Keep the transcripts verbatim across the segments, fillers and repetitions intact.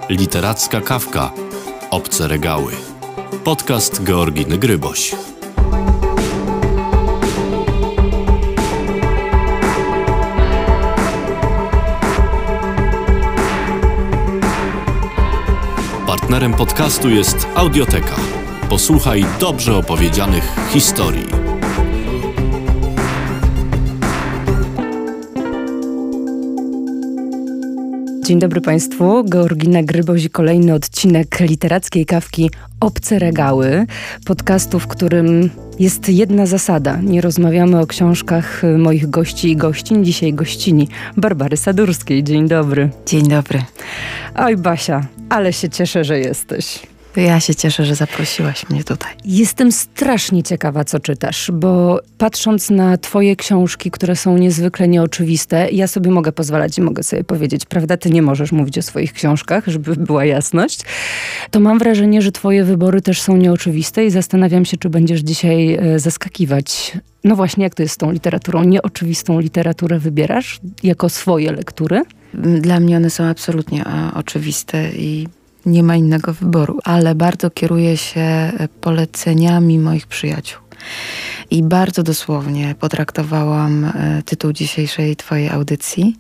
Literacka kawka. Obce regały. Podcast Georginy Gryboś. Partnerem podcastu jest Audioteka. Posłuchaj dobrze opowiedzianych historii. Dzień dobry Państwu, Georgina Gryboś i kolejny odcinek literackiej kawki Obce regały, podcastu, w którym jest jedna zasada. Nie rozmawiamy o książkach moich gości i gościń, dzisiaj gościni Barbary Sadurskiej. Dzień dobry. Dzień dobry. Oj Basia, ale się cieszę, że jesteś. Ja się cieszę, że zaprosiłaś mnie tutaj. Jestem strasznie ciekawa, co czytasz, bo patrząc na twoje książki, które są niezwykle nieoczywiste, ja sobie mogę pozwalać i mogę sobie powiedzieć, prawda, ty nie możesz mówić o swoich książkach, żeby była jasność, to mam wrażenie, że twoje wybory też są nieoczywiste i zastanawiam się, czy będziesz dzisiaj e, zaskakiwać. No właśnie, jak to jest z tą literaturą? Nieoczywistą literaturę wybierasz jako swoje lektury? Dla mnie one są absolutnie a, oczywiste i nie ma innego wyboru, ale bardzo kieruję się poleceniami moich przyjaciół. I bardzo dosłownie potraktowałam tytuł dzisiejszej twojej audycji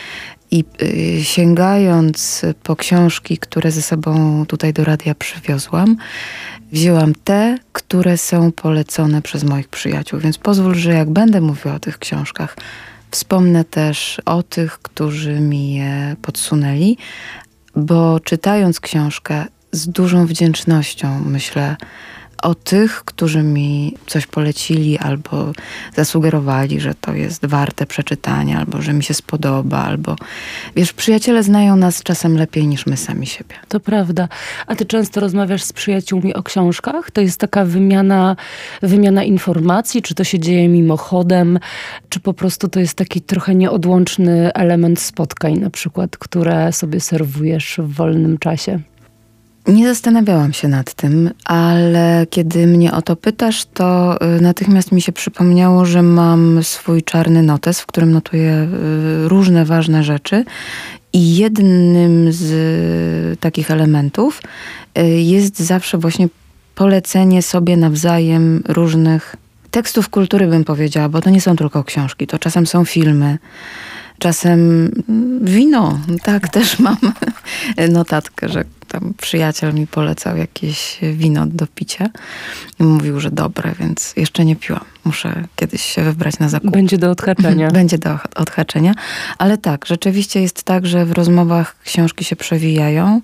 i y, sięgając po książki, które ze sobą tutaj do radia przywiozłam, wzięłam te, które są polecone przez moich przyjaciół. Więc pozwól, że jak będę mówiła o tych książkach, wspomnę też o tych, którzy mi je podsunęli, bo czytając książkę z dużą wdzięcznością myślę o tych, którzy mi coś polecili albo zasugerowali, że to jest warte przeczytania, albo że mi się spodoba, albo wiesz, przyjaciele znają nas czasem lepiej niż my sami siebie. To prawda. A ty często rozmawiasz z przyjaciółmi o książkach? To jest taka wymiana, wymiana informacji? Czy to się dzieje mimochodem? Czy po prostu to jest taki trochę nieodłączny element spotkań, na przykład, które sobie serwujesz w wolnym czasie? Nie zastanawiałam się nad tym, ale kiedy mnie o to pytasz, to natychmiast mi się przypomniało, że mam swój czarny notes, w którym notuję różne ważne rzeczy i jednym z takich elementów jest zawsze właśnie polecenie sobie nawzajem różnych tekstów kultury, bym powiedziała, bo to nie są tylko książki, to czasem są filmy. Czasem wino, tak, też mam notatkę, że tam przyjaciel mi polecał jakieś wino do picia i mówił, że dobre, więc jeszcze nie piłam. Muszę kiedyś się wybrać na zakup. Będzie do odhaczenia. Będzie do odhaczenia, ale tak, rzeczywiście jest tak, że w rozmowach książki się przewijają.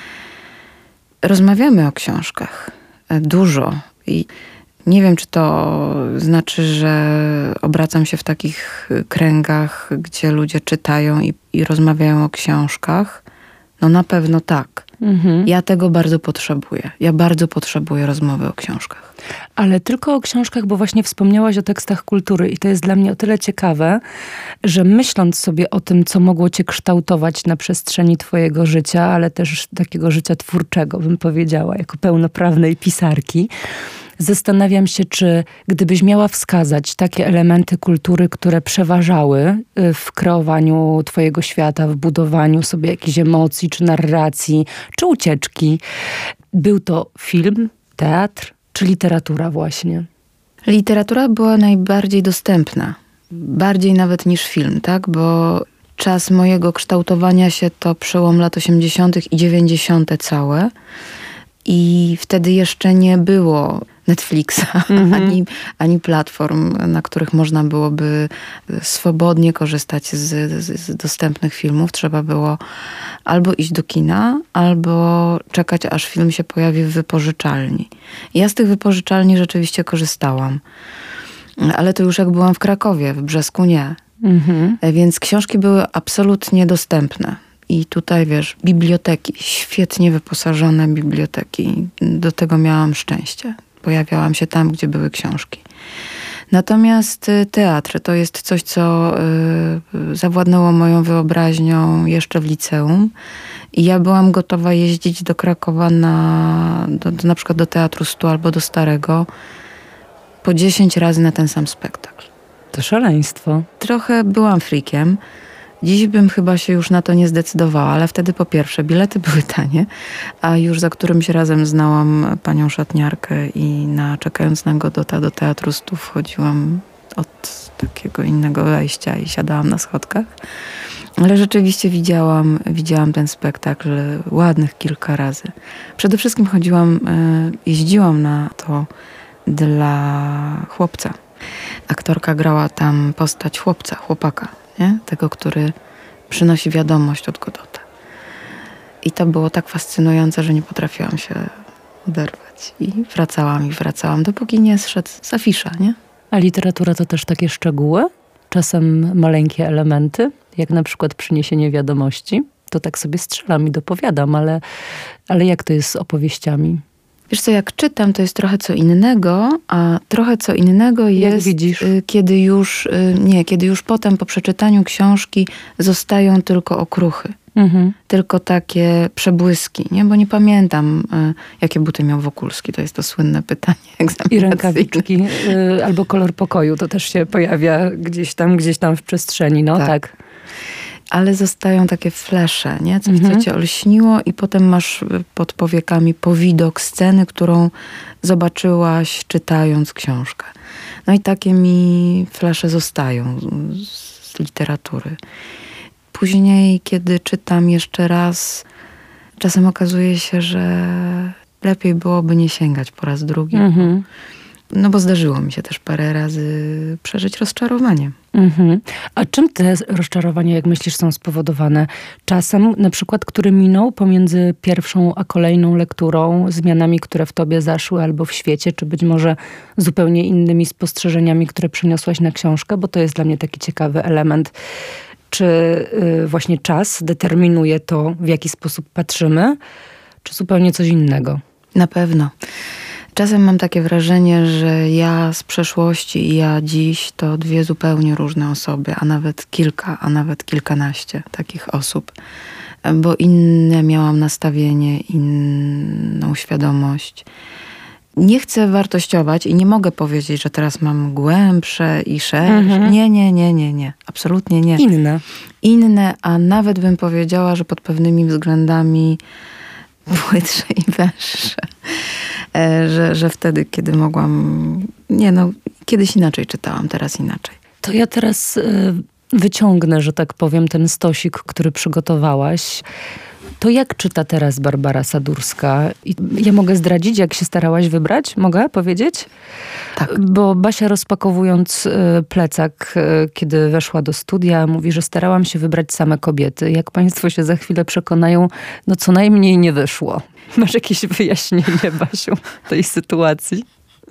Rozmawiamy o książkach dużo i nie wiem, czy to znaczy, że obracam się w takich kręgach, gdzie ludzie czytają i, i rozmawiają o książkach. No na pewno tak. Mhm. Ja tego bardzo potrzebuję. Ja bardzo potrzebuję rozmowy o książkach. Ale tylko o książkach, bo właśnie wspomniałaś o tekstach kultury i to jest dla mnie o tyle ciekawe, że myśląc sobie o tym, co mogło cię kształtować na przestrzeni twojego życia, ale też takiego życia twórczego, bym powiedziała, jako pełnoprawnej pisarki, zastanawiam się, czy gdybyś miała wskazać takie elementy kultury, które przeważały w kreowaniu twojego świata, w budowaniu sobie jakichś emocji, czy narracji, czy ucieczki, był to film, teatr, czy literatura właśnie? Literatura była najbardziej dostępna. Bardziej nawet niż film, tak? Bo czas mojego kształtowania się to przełom lat osiemdziesiątych i dziewięćdziesiąte całe. I wtedy jeszcze nie było Netflixa, mm-hmm. ani, ani platform, na których można byłoby swobodnie korzystać z, z, z dostępnych filmów. Trzeba było albo iść do kina, albo czekać, aż film się pojawi w wypożyczalni. Ja z tych wypożyczalni rzeczywiście korzystałam. Ale to już jak byłam w Krakowie, w Brzesku nie. Mm-hmm. Więc książki były absolutnie dostępne. I tutaj, wiesz, biblioteki, świetnie wyposażone biblioteki. Do tego miałam szczęście. Pojawiałam się tam, gdzie były książki. Natomiast teatr to jest coś, co y, zawładnęło moją wyobraźnią jeszcze w liceum. I ja byłam gotowa jeździć do Krakowa na, do, do, na przykład do Teatru Stu albo do Starego po dziesięć razy na ten sam spektakl. To szaleństwo. Trochę byłam freakiem. Dziś bym chyba się już na to nie zdecydowała, ale wtedy po pierwsze bilety były tanie, a już za którymś razem znałam panią szatniarkę i na czekając na Godota do Teatru Stu wchodziłam od takiego innego wejścia i siadałam na schodkach. Ale rzeczywiście widziałam, widziałam ten spektakl ładnych kilka razy. Przede wszystkim chodziłam, jeździłam na to dla chłopca. Aktorka grała tam postać chłopca, chłopaka, nie? Tego, który przynosi wiadomość od Godota. I to było tak fascynujące, że nie potrafiłam się oderwać. I wracałam i wracałam, dopóki nie zszedł z afisza, nie? A literatura to też takie szczegóły? Czasem maleńkie elementy, jak na przykład przyniesienie wiadomości. To tak sobie strzelam i dopowiadam, ale, ale jak to jest z opowieściami? Wiesz co, jak czytam, to jest trochę co innego, a trochę co innego jest, widzisz? kiedy już, nie, kiedy już potem po przeczytaniu książki zostają tylko okruchy. Mhm. Tylko takie przebłyski, nie? Bo nie pamiętam, jakie buty miał Wokulski. To jest to słynne pytanie egzaminacyjne. I rękawiczki, albo kolor pokoju. To też się pojawia gdzieś tam, gdzieś tam w przestrzeni. No tak. tak. Ale zostają takie flesze, nie? Coś, mhm. co cię olśniło i potem masz pod powiekami powidok sceny, którą zobaczyłaś czytając książkę. No i takie mi flesze zostają z literatury. Później, kiedy czytam jeszcze raz, czasem okazuje się, że lepiej byłoby nie sięgać po raz drugi. Mhm. No bo zdarzyło mi się też parę razy przeżyć rozczarowanie. Mhm. A czym te rozczarowania, jak myślisz, są spowodowane? Czasem, na przykład, który minął pomiędzy pierwszą a kolejną lekturą, zmianami, które w tobie zaszły albo w świecie, czy być może zupełnie innymi spostrzeżeniami, które przeniosłaś na książkę, bo to jest dla mnie taki ciekawy element. Czy y, właśnie czas determinuje to, w jaki sposób patrzymy, czy zupełnie coś innego? Na pewno. Czasem mam takie wrażenie, że ja z przeszłości i ja dziś to dwie zupełnie różne osoby, a nawet kilka, a nawet kilkanaście takich osób. Bo inne miałam nastawienie, inną świadomość. Nie chcę wartościować i nie mogę powiedzieć, że teraz mam głębsze i szersze. Mhm. Nie, nie, nie, nie, nie. Absolutnie nie. Inne. Inne, a nawet bym powiedziała, że pod pewnymi względami płytsze i węższe. Że, że wtedy, kiedy mogłam... Nie no, kiedyś inaczej czytałam, teraz inaczej. To ja teraz y, wyciągnę, że tak powiem, ten stosik, który przygotowałaś. To jak czyta teraz Barbara Sadurska? I ja mogę zdradzić, jak się starałaś wybrać? Mogę powiedzieć? Tak. Bo Basia, rozpakowując plecak, kiedy weszła do studia, mówi, że starałam się wybrać same kobiety. Jak państwo się za chwilę przekonają, no co najmniej nie wyszło. Masz jakieś wyjaśnienie, Basiu, tej sytuacji?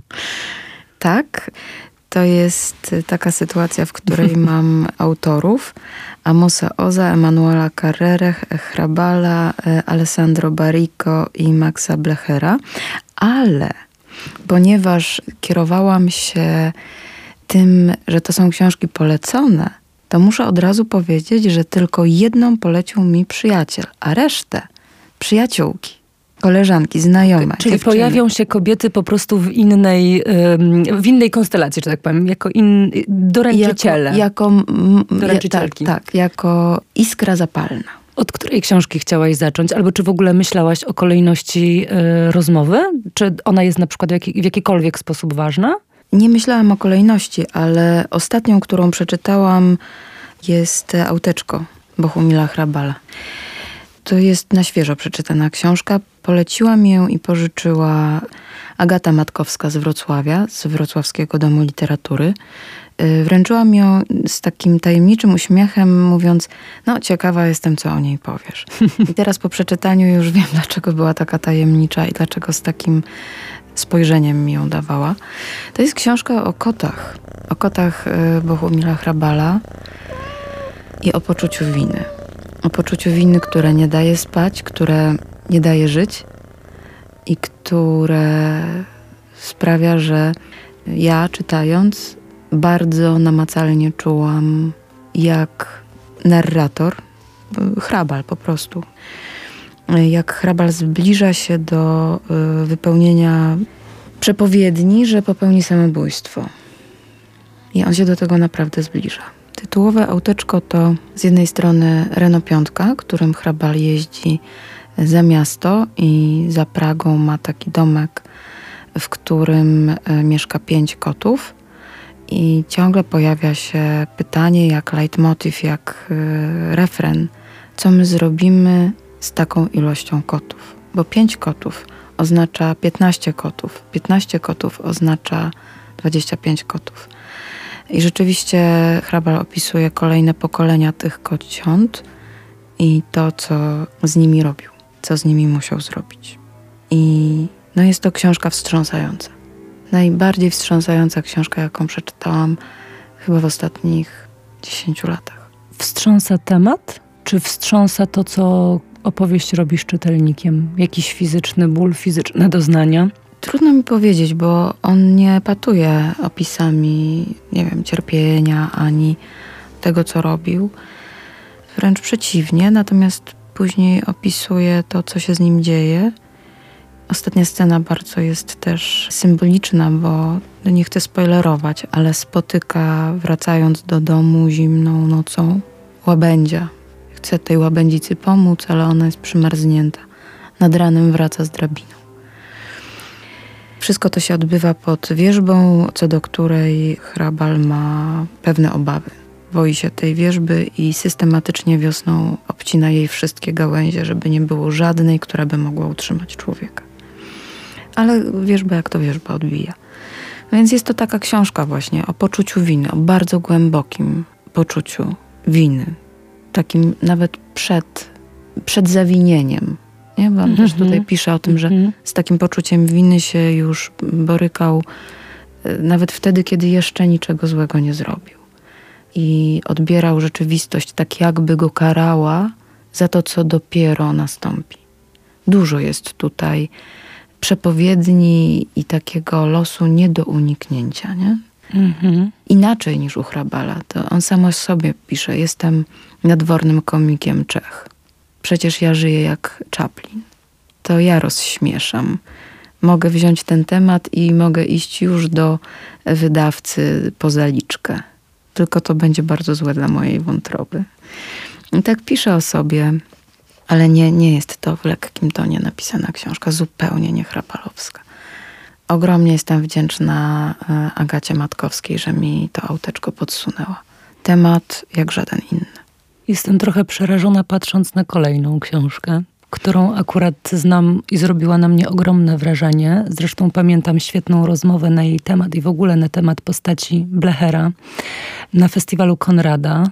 Tak. To jest taka sytuacja, w której mam autorów. Amosa Oza, Emanuela Carrere, Hrabala, Alessandro Baricco i Maxa Blechera. Ale ponieważ kierowałam się tym, że to są książki polecone, to muszę od razu powiedzieć, że tylko jedną polecił mi przyjaciel, a resztę przyjaciółki. Koleżanki, znajome. Czyli dziewczyny. Pojawią się kobiety po prostu w innej, w innej konstelacji, że tak powiem, jako in, doręczyciele. Jako, jako doręczycielki. Tak, tak, jako iskra zapalna. Od której książki chciałaś zacząć? Albo czy w ogóle myślałaś o kolejności y, rozmowy? Czy ona jest na przykład w, jaki, w jakikolwiek sposób ważna? Nie myślałam o kolejności, ale ostatnią, którą przeczytałam, jest Auteczko Bohumila Hrabala. To jest na świeżo przeczytana książka. Poleciła mi ją i pożyczyła Agata Matkowska z Wrocławia, z Wrocławskiego Domu Literatury. Wręczyła mi ją z takim tajemniczym uśmiechem, mówiąc, no ciekawa jestem, co o niej powiesz. I teraz po przeczytaniu już wiem, dlaczego była taka tajemnicza i dlaczego z takim spojrzeniem mi ją dawała. To jest książka o kotach. O kotach Bohumila Hrabala i o poczuciu winy. O poczuciu winy, które nie daje spać, które nie daje żyć i które sprawia, że ja czytając bardzo namacalnie czułam, jak narrator, Hrabal po prostu, jak Hrabal zbliża się do wypełnienia przepowiedni, że popełni samobójstwo. I on się do tego naprawdę zbliża. To Tytułowe auteczko to z jednej strony Renault piątka, którym hrabal jeździ za miasto i za Pragą ma taki domek, w którym mieszka pięć kotów i ciągle pojawia się pytanie, jak leitmotiv, jak refren, co my zrobimy z taką ilością kotów. Bo pięć kotów oznacza piętnaście kotów, piętnaście kotów oznacza dwadzieścia pięć kotów. I rzeczywiście hrabal opisuje kolejne pokolenia tych kociąt i to, co z nimi robił, co z nimi musiał zrobić. I no jest to książka wstrząsająca. Najbardziej wstrząsająca książka, jaką przeczytałam chyba w ostatnich dziesięciu latach. Wstrząsa temat? Czy wstrząsa to, co opowieść robi z czytelnikiem? Jakiś fizyczny ból, fizyczne doznania? Trudno mi powiedzieć, bo on nie patuje opisami, nie wiem, cierpienia, ani tego, co robił. Wręcz przeciwnie, natomiast później opisuje to, co się z nim dzieje. Ostatnia scena bardzo jest też symboliczna, bo nie chcę spoilerować, ale spotyka, wracając do domu zimną nocą, łabędzia. Chce tej łabędzicy pomóc, ale ona jest przymarznięta. Nad ranem wraca z drabiną. Wszystko to się odbywa pod wierzbą, co do której hrabal ma pewne obawy. Boi się tej wierzby i systematycznie wiosną obcina jej wszystkie gałęzie, żeby nie było żadnej, która by mogła utrzymać człowieka. Ale wierzba jak to wierzba odbija. Więc jest to taka książka właśnie o poczuciu winy, o bardzo głębokim poczuciu winy. Takim nawet przed, przed zawinieniem. Nie? Bo on mm-hmm. też tutaj pisze o tym, że mm-hmm. z takim poczuciem winy się już borykał nawet wtedy, kiedy jeszcze niczego złego nie zrobił. I odbierał rzeczywistość tak, jakby go karała za to, co dopiero nastąpi. Dużo jest tutaj przepowiedni i takiego losu nie do uniknięcia, nie? Mm-hmm. Inaczej niż u hrabala. To on sam o sobie pisze, jestem nadwornym komikiem Czech. Przecież ja żyję jak Chaplin. To ja rozśmieszam. Mogę wziąć ten temat i mogę iść już do wydawcy po zaliczkę. Tylko to będzie bardzo złe dla mojej wątroby. I tak pisze o sobie, ale nie, nie jest to w lekkim tonie napisana książka, zupełnie nie hrabalowska. Ogromnie jestem wdzięczna Agacie Matkowskiej, że mi to auteczko podsunęła. Temat jak żaden inny. Jestem trochę przerażona, patrząc na kolejną książkę, którą akurat znam i zrobiła na mnie ogromne wrażenie. Zresztą pamiętam świetną rozmowę na jej temat i w ogóle na temat postaci Blechera na festiwalu Konrada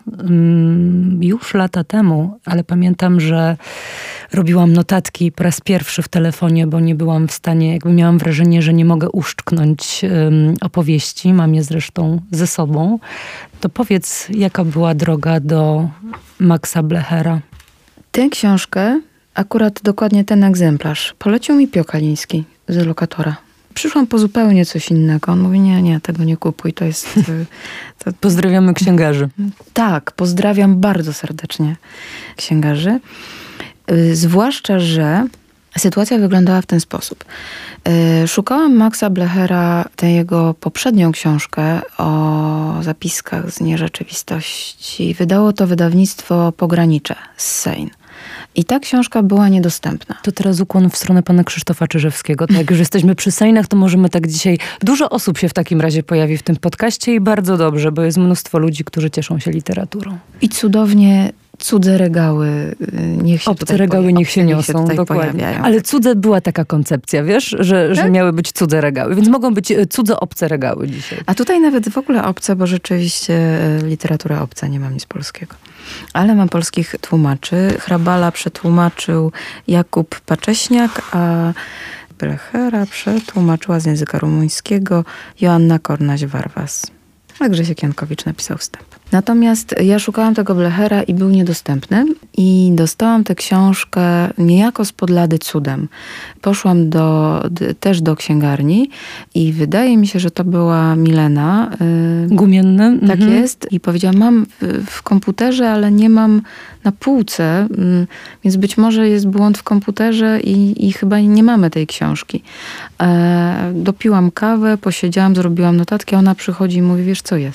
już lata temu, ale pamiętam, że robiłam notatki po raz pierwszy w telefonie, bo nie byłam w stanie, jakby miałam wrażenie, że nie mogę uszczknąć opowieści. Mam je zresztą ze sobą. To powiedz, jaka była droga do Maxa Blechera? Tę książkę, akurat dokładnie ten egzemplarz, polecił mi Pio Kaliński z Lokatora. Przyszłam po zupełnie coś innego. On mówi, nie, nie, tego nie kupuj, to jest... To... Pozdrawiamy księgarzy. Tak, pozdrawiam bardzo serdecznie księgarzy. Zwłaszcza, że sytuacja wyglądała w ten sposób. Szukałam Maxa Blechera, tę jego poprzednią książkę o zapiskach z nierzeczywistości. Wydało to wydawnictwo Pogranicze z Sejn. I ta książka była niedostępna. To teraz ukłon w stronę pana Krzysztofa Czyżewskiego. Tak, jak już jesteśmy przy Sejnach, to możemy tak dzisiaj... Dużo osób się w takim razie pojawi w tym podcaście i bardzo dobrze, bo jest mnóstwo ludzi, którzy cieszą się literaturą. I cudownie cudze regały niech się Obce regały pojawi, niech się niosą, się dokładnie. Pojawiają. Ale cudze była taka koncepcja, wiesz, że, tak? że miały być cudze regały, więc mogą być cudze obce regały dzisiaj. A tutaj nawet w ogóle obce, bo rzeczywiście literatura obca, nie mam nic polskiego. Ale mam polskich tłumaczy. Hrabala przetłumaczył Jakub Pacześniak, a Blechera przetłumaczyła z języka rumuńskiego Joanna Kornaś-Warwas. A Grzesiek Jankowicz napisał wstęp. Natomiast ja szukałam tego Blechera i był niedostępny i dostałam tę książkę niejako spod lady cudem. Poszłam do, d, też do księgarni i wydaje mi się, że to była Milena. Yy, Gumienny. Tak mhm. jest. I powiedziałam, mam w, w komputerze, ale nie mam na półce, yy, więc być może jest błąd w komputerze i, i chyba nie mamy tej książki. Yy, dopiłam kawę, posiedziałam, zrobiłam notatki, a ona przychodzi i mówi, wiesz co jest?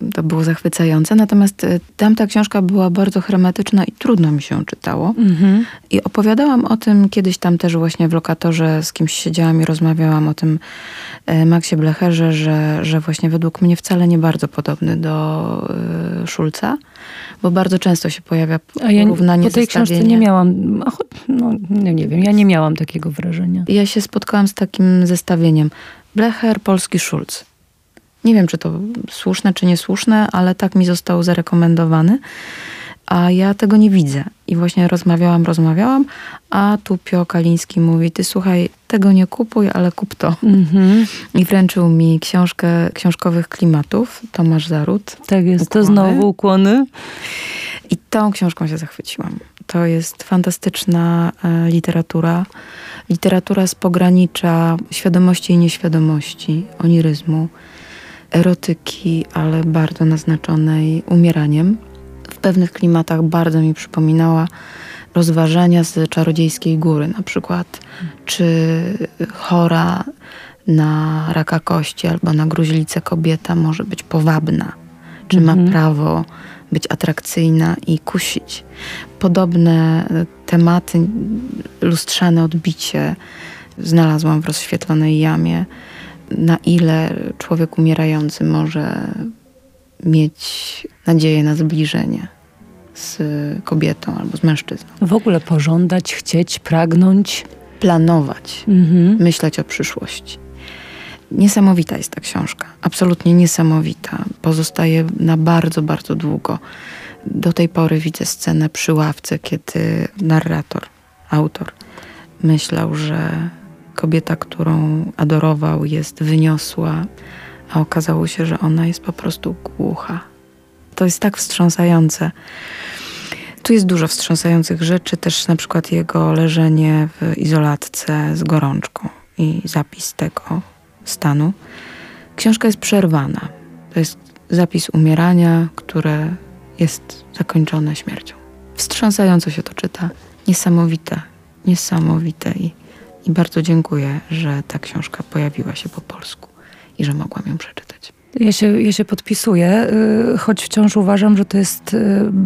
to było zachwycające. Natomiast tamta książka była bardzo hermetyczna i trudno mi się czytało. Mhm. I opowiadałam o tym kiedyś tam też właśnie w lokatorze, z kimś siedziałam i rozmawiałam o tym Maxie Blecherze, że, że właśnie według mnie wcale nie bardzo podobny do y, Schulza, bo bardzo często się pojawia porównanie, ja po tej książce nie miałam, no nie, nie wiem, ja nie miałam takiego wrażenia. Ja się spotkałam z takim zestawieniem. Blecher, polski Schulz. Nie wiem, czy to słuszne, czy niesłuszne, ale tak mi został zarekomendowany. A ja tego nie widzę. I właśnie rozmawiałam, rozmawiałam, a tu Pio Kaliński mówi, ty słuchaj, tego nie kupuj, ale kup to. Mm-hmm. I wręczył mi książkę książkowych klimatów, Tomasz Zaród. Tak jest, ukłony. To znowu ukłony. I tą książką się zachwyciłam. To jest fantastyczna e, literatura. Literatura z pogranicza świadomości i nieświadomości, oniryzmu, erotyki, ale bardzo naznaczonej umieraniem. W pewnych klimatach bardzo mi przypominała rozważania z Czarodziejskiej Góry na przykład. Czy chora na raka kości albo na gruźlicę kobieta może być powabna? Czy mhm. ma prawo być atrakcyjna i kusić? Podobne tematy, lustrzane odbicie znalazłam w Rozświetlonej jamie. Na ile człowiek umierający może mieć nadzieję na zbliżenie z kobietą albo z mężczyzną. W ogóle pożądać, chcieć, pragnąć. Planować, mhm. myśleć o przyszłości. Niesamowita jest ta książka. Absolutnie niesamowita. Pozostaje na bardzo, bardzo długo. Do tej pory widzę scenę przy ławce, kiedy narrator, autor myślał, że kobieta, którą adorował, jest wyniosła, a okazało się, że ona jest po prostu głucha. To jest tak wstrząsające. Tu jest dużo wstrząsających rzeczy, też na przykład jego leżenie w izolatce z gorączką i zapis tego stanu. Książka jest przerwana. To jest zapis umierania, które jest zakończone śmiercią. Wstrząsająco się to czyta. Niesamowite, niesamowite i, i bardzo dziękuję, że ta książka pojawiła się po polsku i że mogłam ją przeczytać. Ja się, ja się podpisuję, choć wciąż uważam, że to jest...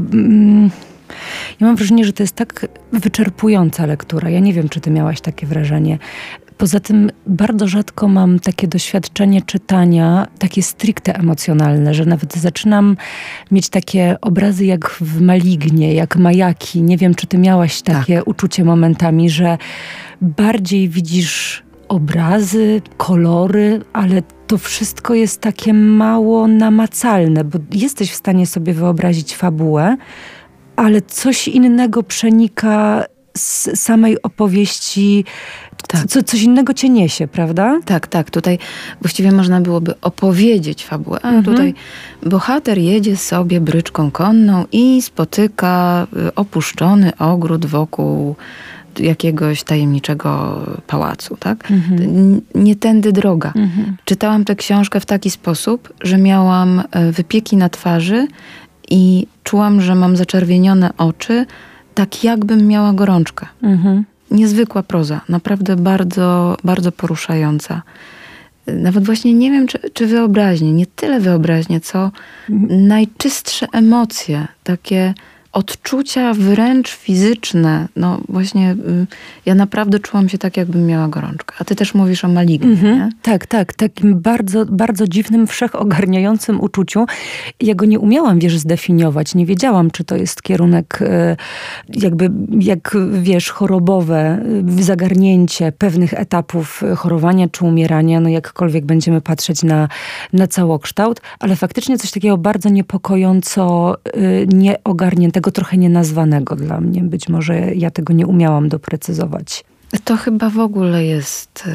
Ja mam wrażenie, że to jest tak wyczerpująca lektura. Ja nie wiem, czy ty miałaś takie wrażenie. Poza tym bardzo rzadko mam takie doświadczenie czytania, takie stricte emocjonalne, że nawet zaczynam mieć takie obrazy jak w Malignie, jak Majaki. Nie wiem, czy ty miałaś takie tak. uczucie momentami, że bardziej widzisz obrazy, kolory, ale to wszystko jest takie mało namacalne, bo jesteś w stanie sobie wyobrazić fabułę, ale coś innego przenika z samej opowieści, tak. co, coś innego cię niesie, prawda? Tak, tak. Tutaj właściwie można byłoby opowiedzieć fabułę. A mhm. tutaj bohater jedzie sobie bryczką konną i spotyka opuszczony ogród wokół jakiegoś tajemniczego pałacu, tak? Mhm. Nie tędy droga. Mhm. Czytałam tę książkę w taki sposób, że miałam wypieki na twarzy i czułam, że mam zaczerwienione oczy, tak jakbym miała gorączkę. Mhm. Niezwykła proza, naprawdę bardzo, bardzo poruszająca. Nawet właśnie nie wiem, czy, czy wyobraźnie, nie tyle wyobraźnie, co mhm. najczystsze emocje, takie odczucia wręcz fizyczne. No właśnie y, ja naprawdę czułam się tak, jakbym miała gorączkę. A ty też mówisz o Malignie, mm-hmm. nie? Tak, tak. Takim bardzo, bardzo dziwnym, wszechogarniającym uczuciu. Ja go nie umiałam, wiesz, zdefiniować. Nie wiedziałam, czy to jest kierunek y, jakby, jak wiesz, chorobowe, y, zagarnięcie pewnych etapów chorowania czy umierania, no jakkolwiek będziemy patrzeć na, na całokształt, ale faktycznie coś takiego bardzo niepokojąco y, nieogarniętego, trochę nienazwanego dla mnie. Być może ja tego nie umiałam doprecyzować. To chyba w ogóle jest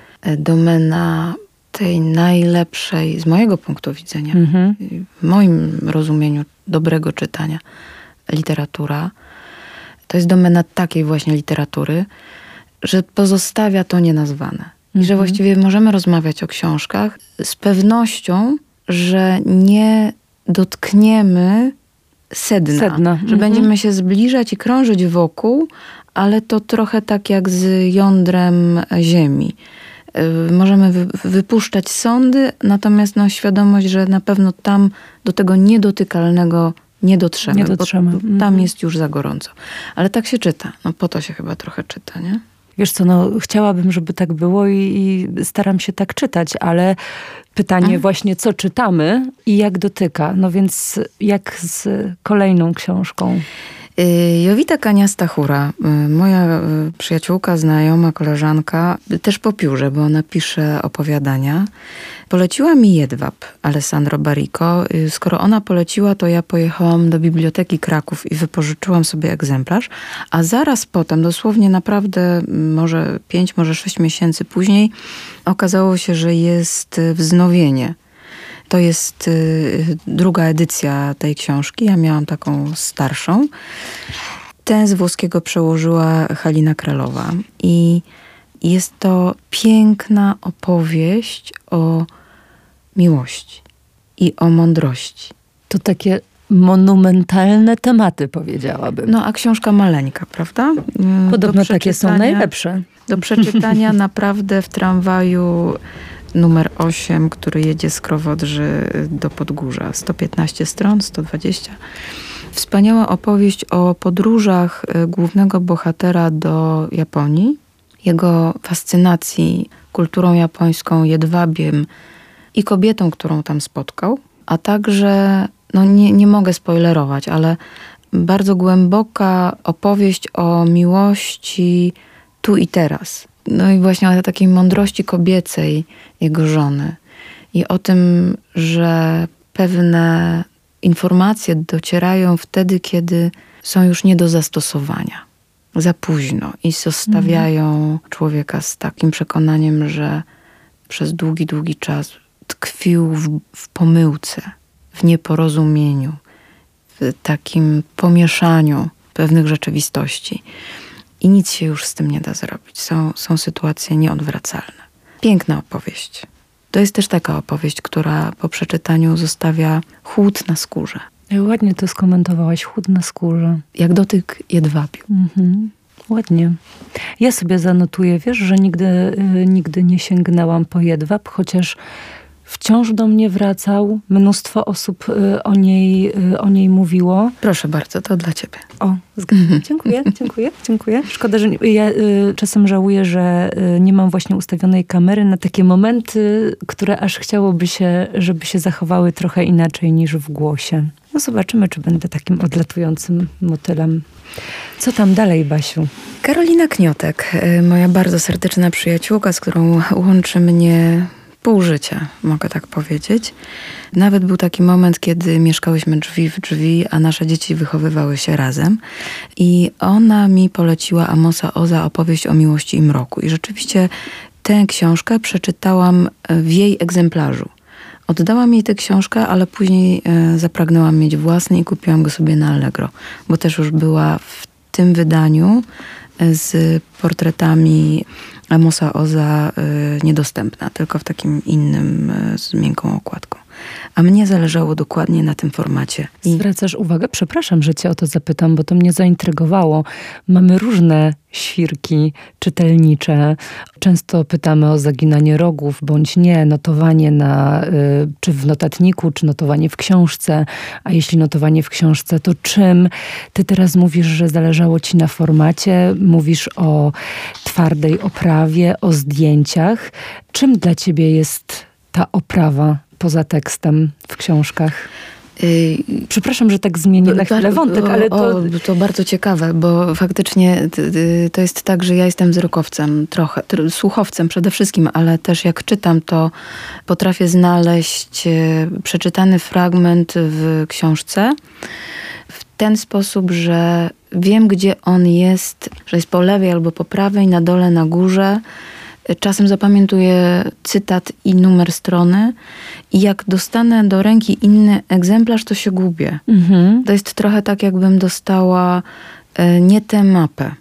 domena tej najlepszej, z mojego punktu widzenia, mm-hmm. w moim rozumieniu dobrego czytania, literatura. To jest domena takiej właśnie literatury, że pozostawia to nienazwane. Mm-hmm. I że właściwie możemy rozmawiać o książkach z pewnością, że nie dotkniemy sedna, sedna. Że mm-hmm. będziemy się zbliżać i krążyć wokół, ale to trochę tak jak z jądrem ziemi. y, możemy wy, wypuszczać sądy, natomiast no, świadomość, że na pewno tam do tego niedotykalnego nie dotrzemy, nie dotrzemy. bo tam mm. jest już za gorąco. Ale tak się czyta. No po to się chyba trochę czyta, nie? Wiesz co, no chciałabym, żeby tak było i, i staram się tak czytać, ale pytanie A? właśnie, co czytamy i jak dotyka. No więc jak z kolejną książką? Jowita Kania-Stachura, moja przyjaciółka, znajoma, koleżanka, też po piórze, bo ona pisze opowiadania. Poleciła mi Jedwab Alessandro Baricco. Skoro ona poleciła, to ja pojechałam do Biblioteki Kraków i wypożyczyłam sobie egzemplarz, a zaraz potem, dosłownie naprawdę może pięć, może sześć miesięcy później, okazało się, że jest wznowienie. To jest y, druga edycja tej książki. Ja miałam taką starszą. Tę z włoskiego przełożyła Halina Kralowa. I jest to piękna opowieść o miłości i o mądrości. To takie monumentalne tematy, powiedziałabym. No a książka maleńka, prawda? Podobno takie są najlepsze. Do przeczytania naprawdę w tramwaju numer osiem, który jedzie z Krowodrzy do Podgórza. sto piętnaście stron, sto dwadzieścia. Wspaniała opowieść o podróżach głównego bohatera do Japonii, jego fascynacji kulturą japońską, jedwabiem i kobietą, którą tam spotkał, a także, no nie, nie mogę spoilerować, ale bardzo głęboka opowieść o miłości tu i teraz. No i właśnie o takiej mądrości kobiecej jego żony i o tym, że pewne informacje docierają wtedy, kiedy są już nie do zastosowania. Za późno i zostawiają mhm. człowieka z takim przekonaniem, że przez długi, długi czas tkwił w, w pomyłce, w nieporozumieniu, w takim pomieszaniu pewnych rzeczywistości. I nic się już z tym nie da zrobić. Są, są sytuacje nieodwracalne. Piękna opowieść. To jest też taka opowieść, która po przeczytaniu zostawia chłód na skórze. Ładnie to skomentowałaś, chłód na skórze. Jak dotyk jedwabiu. Mhm. Ładnie. Ja sobie zanotuję, wiesz, że nigdy, y, nigdy nie sięgnęłam po jedwab, chociaż wciąż do mnie wracał. Mnóstwo osób y, o, niej, y, o niej mówiło. Proszę bardzo, to dla ciebie. O, zgadzam. Dziękuję, dziękuję, dziękuję. Szkoda, że nie, ja y, czasem żałuję, że y, nie mam właśnie ustawionej kamery na takie momenty, które aż chciałoby się, żeby się zachowały trochę inaczej niż w głosie. No zobaczymy, czy będę takim odlatującym motylem. Co tam dalej, Basiu? Karolina Kniotek, moja bardzo serdeczna przyjaciółka, z którą łączy mnie pół życia, mogę tak powiedzieć. Nawet był taki moment, kiedy mieszkałyśmy drzwi w drzwi, a nasze dzieci wychowywały się razem. I ona mi poleciła Amosa Oza, opowieść o miłości i mroku. I rzeczywiście tę książkę przeczytałam w jej egzemplarzu. Oddałam jej tę książkę, ale później e, zapragnęłam mieć własny i kupiłam go sobie na Allegro, bo też już była w tym wydaniu e, z portretami Amosa Oza y, niedostępna, tylko w takim innym y, z miękką okładką. A mnie zależało dokładnie na tym formacie. I... Zwracasz uwagę? Przepraszam, że cię o to zapytam, bo to mnie zaintrygowało. Mamy różne świrki czytelnicze. Często pytamy o zaginanie rogów, bądź nie, notowanie na, y, czy w notatniku, czy notowanie w książce. A jeśli notowanie w książce, to czym? Ty teraz mówisz, że zależało ci na formacie. Mówisz o twardej oprawie, o zdjęciach. Czym dla ciebie jest ta oprawa poza tekstem w książkach? Yy, Przepraszam, że tak zmienię na chwilę wątek, ale to... O, to bardzo ciekawe, bo faktycznie to jest tak, że ja jestem wzrokowcem trochę, słuchowcem przede wszystkim, ale też jak czytam, to potrafię znaleźć przeczytany fragment w książce w ten sposób, że wiem, gdzie on jest, że jest po lewej albo po prawej, na dole, na górze. Czasem zapamiętuję cytat i numer strony i jak dostanę do ręki inny egzemplarz, to się gubię. Mhm. To jest trochę tak, jakbym dostała nie tę mapę.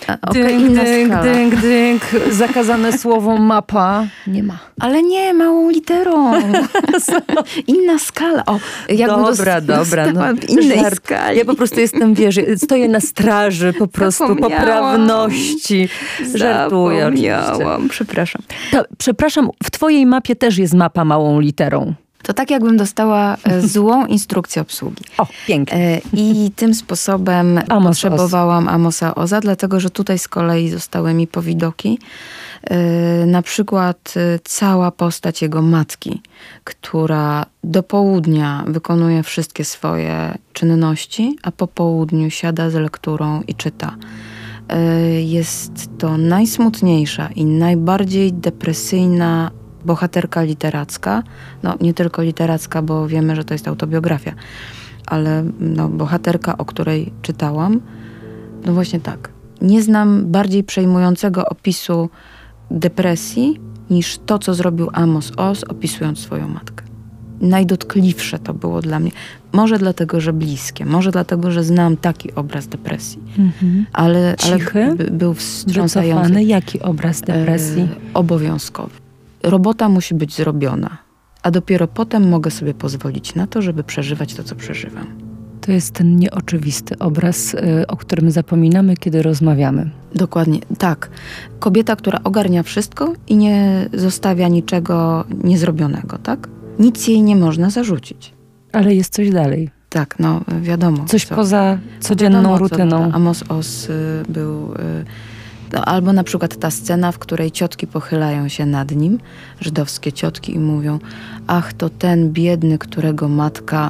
Okay, dynk, inna dynk, skala. dynk, dynk, zakazane słowo mapa. Nie ma. Ale nie, małą literą. Inna skala. O, jakby Dobra, dos- dobra. No, dostałam innej żart. skali. Ja po prostu jestem, wiesz, stoję na straży po prostu Zapomniałam. poprawności. Żartuję oczywiście. Zapomniałam. Przepraszam. Ta, przepraszam, w twojej mapie też jest mapa małą literą. To tak jakbym dostała e, złą instrukcję obsługi. O, pięknie. E, I tym sposobem Amos potrzebowałam Amosa Oza, dlatego że tutaj z kolei zostały mi powidoki. E, na przykład e, cała postać jego matki, która do południa wykonuje wszystkie swoje czynności, a po południu siada z lekturą i czyta. E, jest to najsmutniejsza i najbardziej depresyjna bohaterka literacka, no nie tylko literacka, bo wiemy, że to jest autobiografia, ale no, bohaterka, o której czytałam, no właśnie tak. Nie znam bardziej przejmującego opisu depresji niż to, co zrobił Amos Oz, opisując swoją matkę. Najdotkliwsze to było dla mnie. Może dlatego, że bliskie, może dlatego, że znam taki obraz depresji. Mhm. Ale, Cichy? ale by, był wstrząsający. Wycofany. Jaki obraz depresji? E, obowiązkowy. Robota musi być zrobiona, a dopiero potem mogę sobie pozwolić na to, żeby przeżywać to, co przeżywam. To jest ten nieoczywisty obraz, y, o którym zapominamy, kiedy rozmawiamy. Dokładnie, tak. Kobieta, która ogarnia wszystko i nie zostawia niczego niezrobionego, tak? Nic jej nie można zarzucić. Ale jest coś dalej. Tak, no wiadomo. Coś co. poza codzienną Wiadomo, co rutyną. to Amos Oz y, był... Y, no, albo na przykład ta scena, w której ciotki pochylają się nad nim, żydowskie ciotki, i mówią: ach, to ten biedny, którego matka...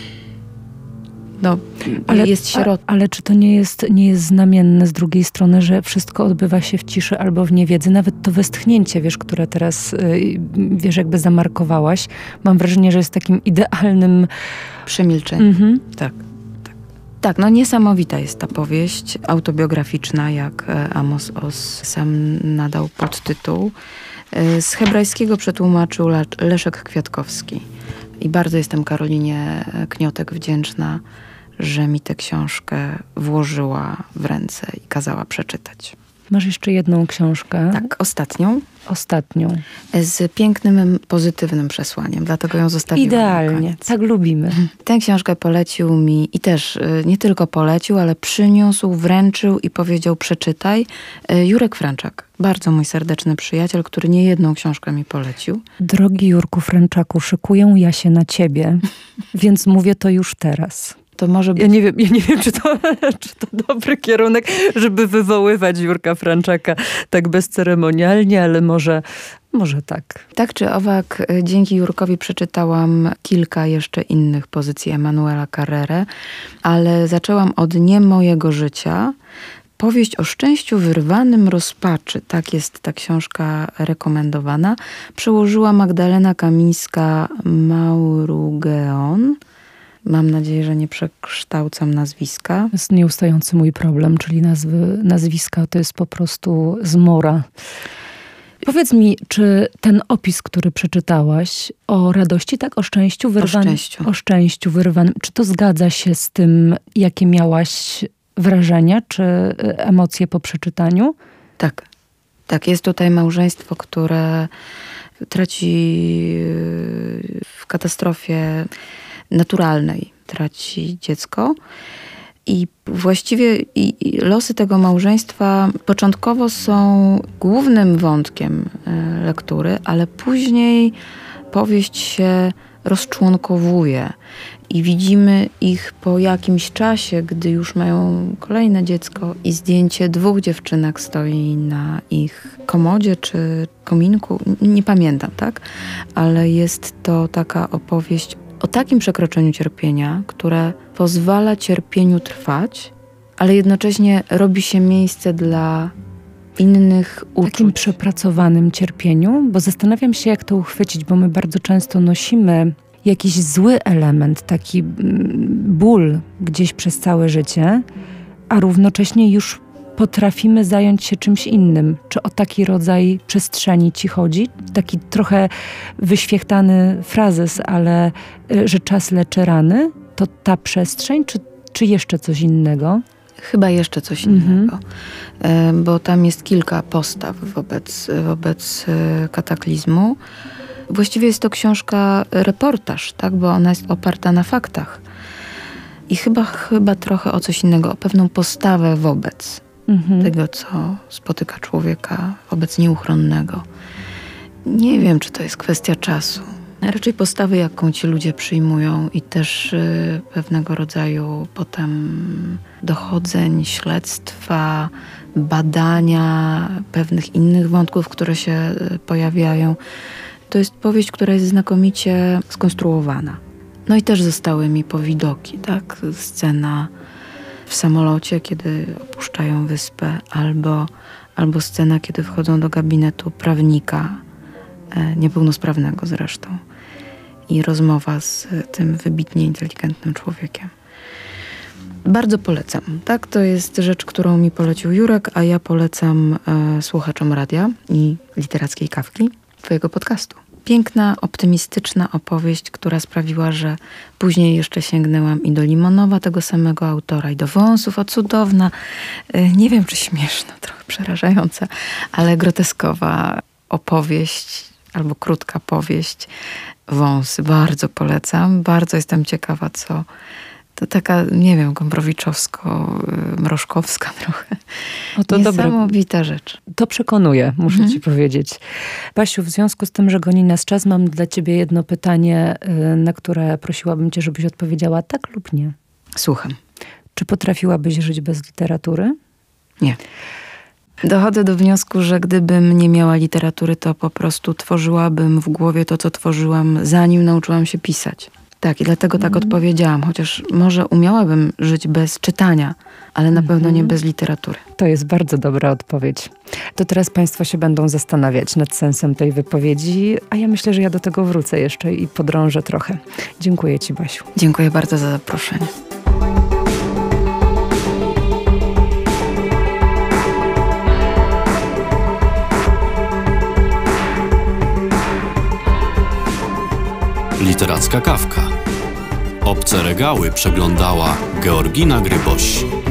No, Ale, jest sierotą. a, ale czy to nie jest, nie jest znamienne z drugiej strony, że wszystko odbywa się w ciszy albo w niewiedzy? Nawet to westchnięcie, wiesz, które teraz, y, wiesz, jakby zamarkowałaś, mam wrażenie, że jest takim idealnym... Przemilczenie. Mhm. Tak, tak. Tak, no niesamowita jest ta powieść autobiograficzna, jak Amos Oz sam nadał podtytuł. Z hebrajskiego przetłumaczył Leszek Kwiatkowski. I bardzo jestem Karolinie Kniotek wdzięczna, że mi tę książkę włożyła w ręce i kazała przeczytać. Masz jeszcze jedną książkę. Tak, ostatnią. Ostatnią. Z pięknym, pozytywnym przesłaniem, dlatego ją zostawiłam. Idealnie, tak lubimy. Tę książkę polecił mi i też nie tylko polecił, ale przyniósł, wręczył i powiedział: przeczytaj, Jurek Franczak. Bardzo mój serdeczny przyjaciel, który nie jedną książkę mi polecił. Drogi Jurku Franczaku, szykuję ja się na ciebie, więc mówię to już teraz. To może być... Ja nie wiem, ja nie wiem czy, to, czy to dobry kierunek, żeby wywoływać Jurka Franczaka tak bezceremonialnie, ale może, może tak. Tak czy owak, dzięki Jurkowi przeczytałam kilka jeszcze innych pozycji Emanuela Carrere, ale zaczęłam od Nie mojego życia. Powieść o szczęściu wyrwanym rozpaczy. Tak jest ta książka rekomendowana. Przełożyła Magdalena Kamińska-Maurugeon. Mam nadzieję, że nie przekształcam nazwiska. To jest nieustający mój problem, czyli nazwy, nazwiska to jest po prostu zmora. Powiedz mi, czy ten opis, który przeczytałaś o radości, tak? O szczęściu wyrwanym? O szczęściu. O szczęściu wyrwanym. Czy to zgadza się z tym, jakie miałaś wrażenia, czy emocje po przeczytaniu? Tak. Tak, jest tutaj małżeństwo, które traci w katastrofie naturalnej, traci dziecko. I właściwie i, i losy tego małżeństwa początkowo są głównym wątkiem y, lektury, ale później powieść się rozczłonkowuje i widzimy ich po jakimś czasie, gdy już mają kolejne dziecko i zdjęcie dwóch dziewczynek stoi na ich komodzie czy kominku. Nie pamiętam, tak? Ale jest to taka opowieść o takim przekroczeniu cierpienia, które pozwala cierpieniu trwać, ale jednocześnie robi się miejsce dla innych uczuć. Takim przepracowanym cierpieniu, bo zastanawiam się, jak to uchwycić, bo my bardzo często nosimy jakiś zły element, taki ból gdzieś przez całe życie, a równocześnie już potrafimy zająć się czymś innym. Czy o taki rodzaj przestrzeni ci chodzi? Taki trochę wyświechtany frazes, ale że czas leczy rany? To ta przestrzeń, czy, czy jeszcze coś innego? Chyba jeszcze coś innego, mhm. bo tam jest kilka postaw wobec, wobec kataklizmu. Właściwie jest to książka reportaż, tak? Bo ona jest oparta na faktach. I chyba, chyba trochę o coś innego, o pewną postawę wobec mhm. tego, co spotyka człowieka, wobec nieuchronnego. Nie wiem, czy to jest kwestia czasu. Raczej postawy, jaką ci ludzie przyjmują i też y, pewnego rodzaju potem dochodzeń, śledztwa, badania pewnych innych wątków, które się y, pojawiają. To jest powieść, która jest znakomicie skonstruowana. No i też zostały mi powidoki, tak? Scena w samolocie, kiedy opuszczają wyspę, albo, albo scena, kiedy wchodzą do gabinetu prawnika, e, niepełnosprawnego zresztą, i rozmowa z tym wybitnie inteligentnym człowiekiem. Bardzo polecam, tak? To jest rzecz, którą mi polecił Jurek, a ja polecam e, słuchaczom radia i literackiej kawki twojego podcastu. Piękna, optymistyczna opowieść, która sprawiła, że później jeszcze sięgnęłam i do Limonowa, tego samego autora, i do Wąsów, o cudowna, nie wiem czy śmieszna, trochę przerażająca, ale groteskowa opowieść, albo krótka powieść. Wąsy, bardzo polecam, bardzo jestem ciekawa, co... To taka, nie wiem, gombrowiczowsko-mrożkowska trochę. O, to niesamowita dobre. Rzecz. To przekonuje, muszę mhm. ci powiedzieć. Basiu, w związku z tym, że goni nas czas, mam dla ciebie jedno pytanie, na które prosiłabym cię, żebyś odpowiedziała tak lub nie. Słucham. Czy potrafiłabyś żyć bez literatury? Nie. Dochodzę do wniosku, że gdybym nie miała literatury, to po prostu tworzyłabym w głowie to, co tworzyłam, zanim nauczyłam się pisać. Tak, i dlatego tak mm. odpowiedziałam, chociaż może umiałabym żyć bez czytania, ale na mm. pewno nie bez literatury. To jest bardzo dobra odpowiedź. To teraz państwo się będą zastanawiać nad sensem tej wypowiedzi, a ja myślę, że ja do tego wrócę jeszcze i podrążę trochę. Dziękuję ci, Basiu. Dziękuję bardzo za zaproszenie. Literacka kawka. Obce regały przeglądała Georgina Gryboś.